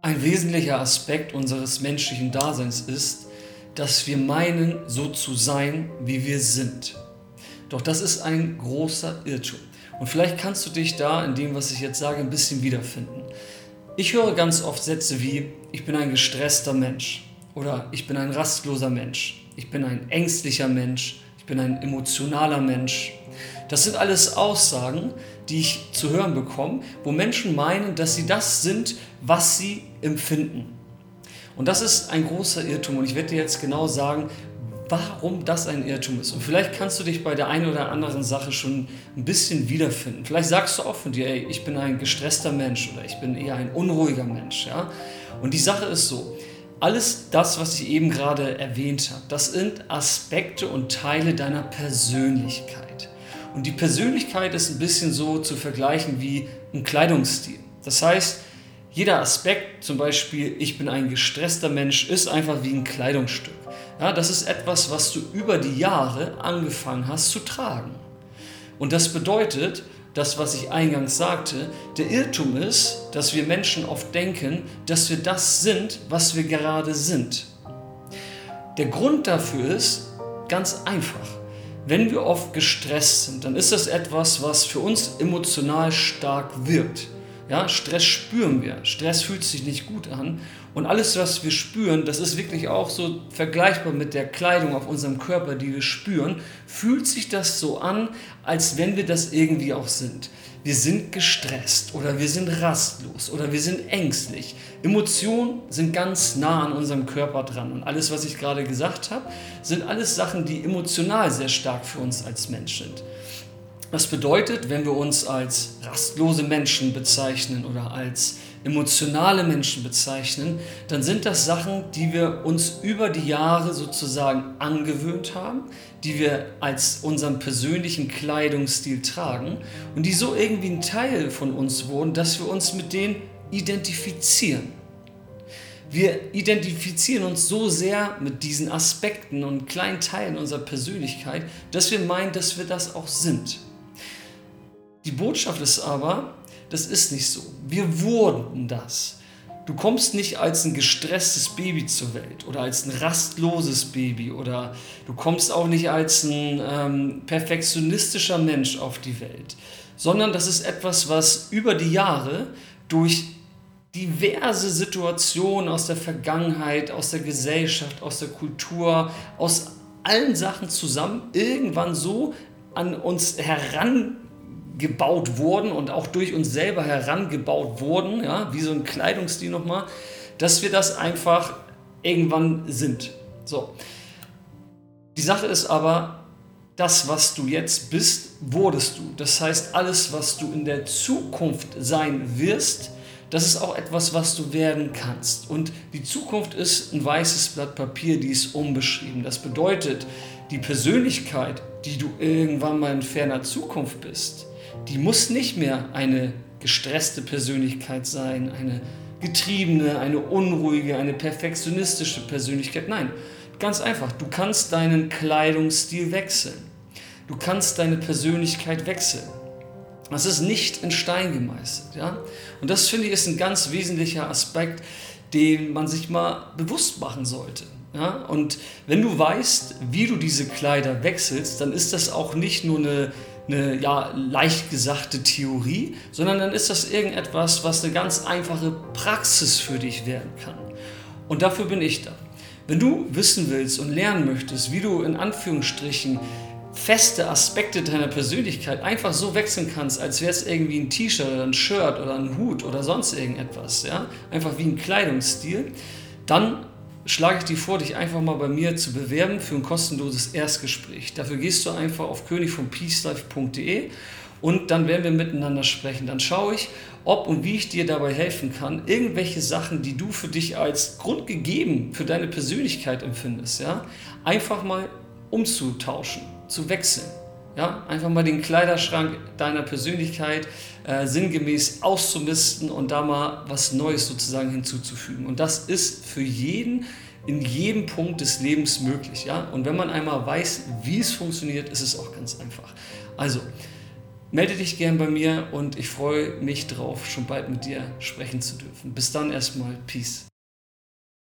Ein wesentlicher Aspekt unseres menschlichen Daseins ist, dass wir meinen, so zu sein, wie wir sind. Doch das ist ein großer Irrtum. Und vielleicht kannst du dich da in dem, was ich jetzt sage, ein bisschen wiederfinden. Ich höre ganz oft Sätze wie, ich bin ein gestresster Mensch oder ich bin ein rastloser Mensch, ich bin ein ängstlicher Mensch, ich bin ein emotionaler Mensch. Das sind alles Aussagen, die ich zu hören bekomme, wo Menschen meinen, dass sie das sind, was sie empfinden. Und das ist ein großer Irrtum und ich werde dir jetzt genau sagen, warum das ein Irrtum ist. Und vielleicht kannst du dich bei der einen oder anderen Sache schon ein bisschen wiederfinden. Vielleicht sagst du auch von dir, ey, ich bin ein gestresster Mensch oder ich bin eher ein unruhiger Mensch. Ja? Und die Sache ist so, alles das, was ich eben gerade erwähnt habe, das sind Aspekte und Teile deiner Persönlichkeit. Und die Persönlichkeit ist ein bisschen so zu vergleichen wie ein Kleidungsstil. Das heißt, jeder Aspekt, zum Beispiel, ich bin ein gestresster Mensch, ist einfach wie ein Kleidungsstück. Ja, das ist etwas, was du über die Jahre angefangen hast zu tragen. Und das bedeutet, das, was ich eingangs sagte, der Irrtum ist, dass wir Menschen oft denken, dass wir das sind, was wir gerade sind. Der Grund dafür ist ganz einfach. Wenn wir oft gestresst sind, dann ist das etwas, was für uns emotional stark wirkt. Ja, Stress spüren wir. Stress fühlt sich nicht gut an. Und alles, was wir spüren, das ist wirklich auch so vergleichbar mit der Kleidung auf unserem Körper, die wir spüren, fühlt sich das so an, als wenn wir das irgendwie auch sind. Wir sind gestresst oder wir sind rastlos oder wir sind ängstlich. Emotionen sind ganz nah an unserem Körper dran. Und alles, was ich gerade gesagt habe, sind alles Sachen, die emotional sehr stark für uns als Mensch sind. Das bedeutet, wenn wir uns als rastlose Menschen bezeichnen oder als emotionale Menschen bezeichnen, dann sind das Sachen, die wir uns über die Jahre sozusagen angewöhnt haben, die wir als unseren persönlichen Kleidungsstil tragen und die so irgendwie ein Teil von uns wurden, dass wir uns mit denen identifizieren. Wir identifizieren uns so sehr mit diesen Aspekten und kleinen Teilen unserer Persönlichkeit, dass wir meinen, dass wir das auch sind. Die Botschaft ist aber, das ist nicht so. Wir wurden das. Du kommst nicht als ein gestresstes Baby zur Welt oder als ein rastloses Baby oder du kommst auch nicht als ein perfektionistischer Mensch auf die Welt, sondern das ist etwas, was über die Jahre durch diverse Situationen aus der Vergangenheit, aus der Gesellschaft, aus der Kultur, aus allen Sachen zusammen irgendwann so an uns herangebaut wurden und auch durch uns selber herangebaut wurden, ja, wie so ein Kleidungsstil nochmal, dass wir das einfach irgendwann sind. So. Die Sache ist aber, das, was du jetzt bist, wurdest du. Das heißt, alles, was du in der Zukunft sein wirst, das ist auch etwas, was du werden kannst. Und die Zukunft ist ein weißes Blatt Papier, die ist unbeschrieben. Das bedeutet, die Persönlichkeit, die du irgendwann mal in ferner Zukunft bist, die muss nicht mehr eine gestresste Persönlichkeit sein, eine getriebene, eine unruhige, eine perfektionistische Persönlichkeit. Nein, ganz einfach, du kannst deinen Kleidungsstil wechseln. Du kannst deine Persönlichkeit wechseln. Das ist nicht in Stein gemeißelt. Ja? Und das, finde ich, ist ein ganz wesentlicher Aspekt, den man sich mal bewusst machen sollte. Ja? Und wenn du weißt, wie du diese Kleider wechselst, dann ist das auch nicht nur eine leicht gesagte Theorie, sondern dann ist das irgendetwas, was eine ganz einfache Praxis für dich werden kann. Und dafür bin ich da. Wenn du wissen willst und lernen möchtest, wie du in Anführungsstrichen feste Aspekte deiner Persönlichkeit einfach so wechseln kannst, als wäre es irgendwie ein T-Shirt oder ein Shirt oder ein Hut oder sonst irgendetwas, ja? Einfach wie ein Kleidungsstil, dann schlage ich dir vor, dich einfach mal bei mir zu bewerben für ein kostenloses Erstgespräch. Dafür gehst du einfach auf königvonpeacelife.de und dann werden wir miteinander sprechen. Dann schaue ich, ob und wie ich dir dabei helfen kann, irgendwelche Sachen, die du für dich als grundgegeben für deine Persönlichkeit empfindest, ja, einfach mal umzutauschen, zu wechseln. Ja, einfach mal den Kleiderschrank deiner Persönlichkeit sinngemäß auszumisten und da mal was Neues sozusagen hinzuzufügen. Und das ist für jeden in jedem Punkt des Lebens möglich. Ja? Und wenn man einmal weiß, wie es funktioniert, ist es auch ganz einfach. Also, Melde dich gern bei mir und ich freue mich drauf, schon bald mit dir sprechen zu dürfen. Bis dann erstmal. Peace.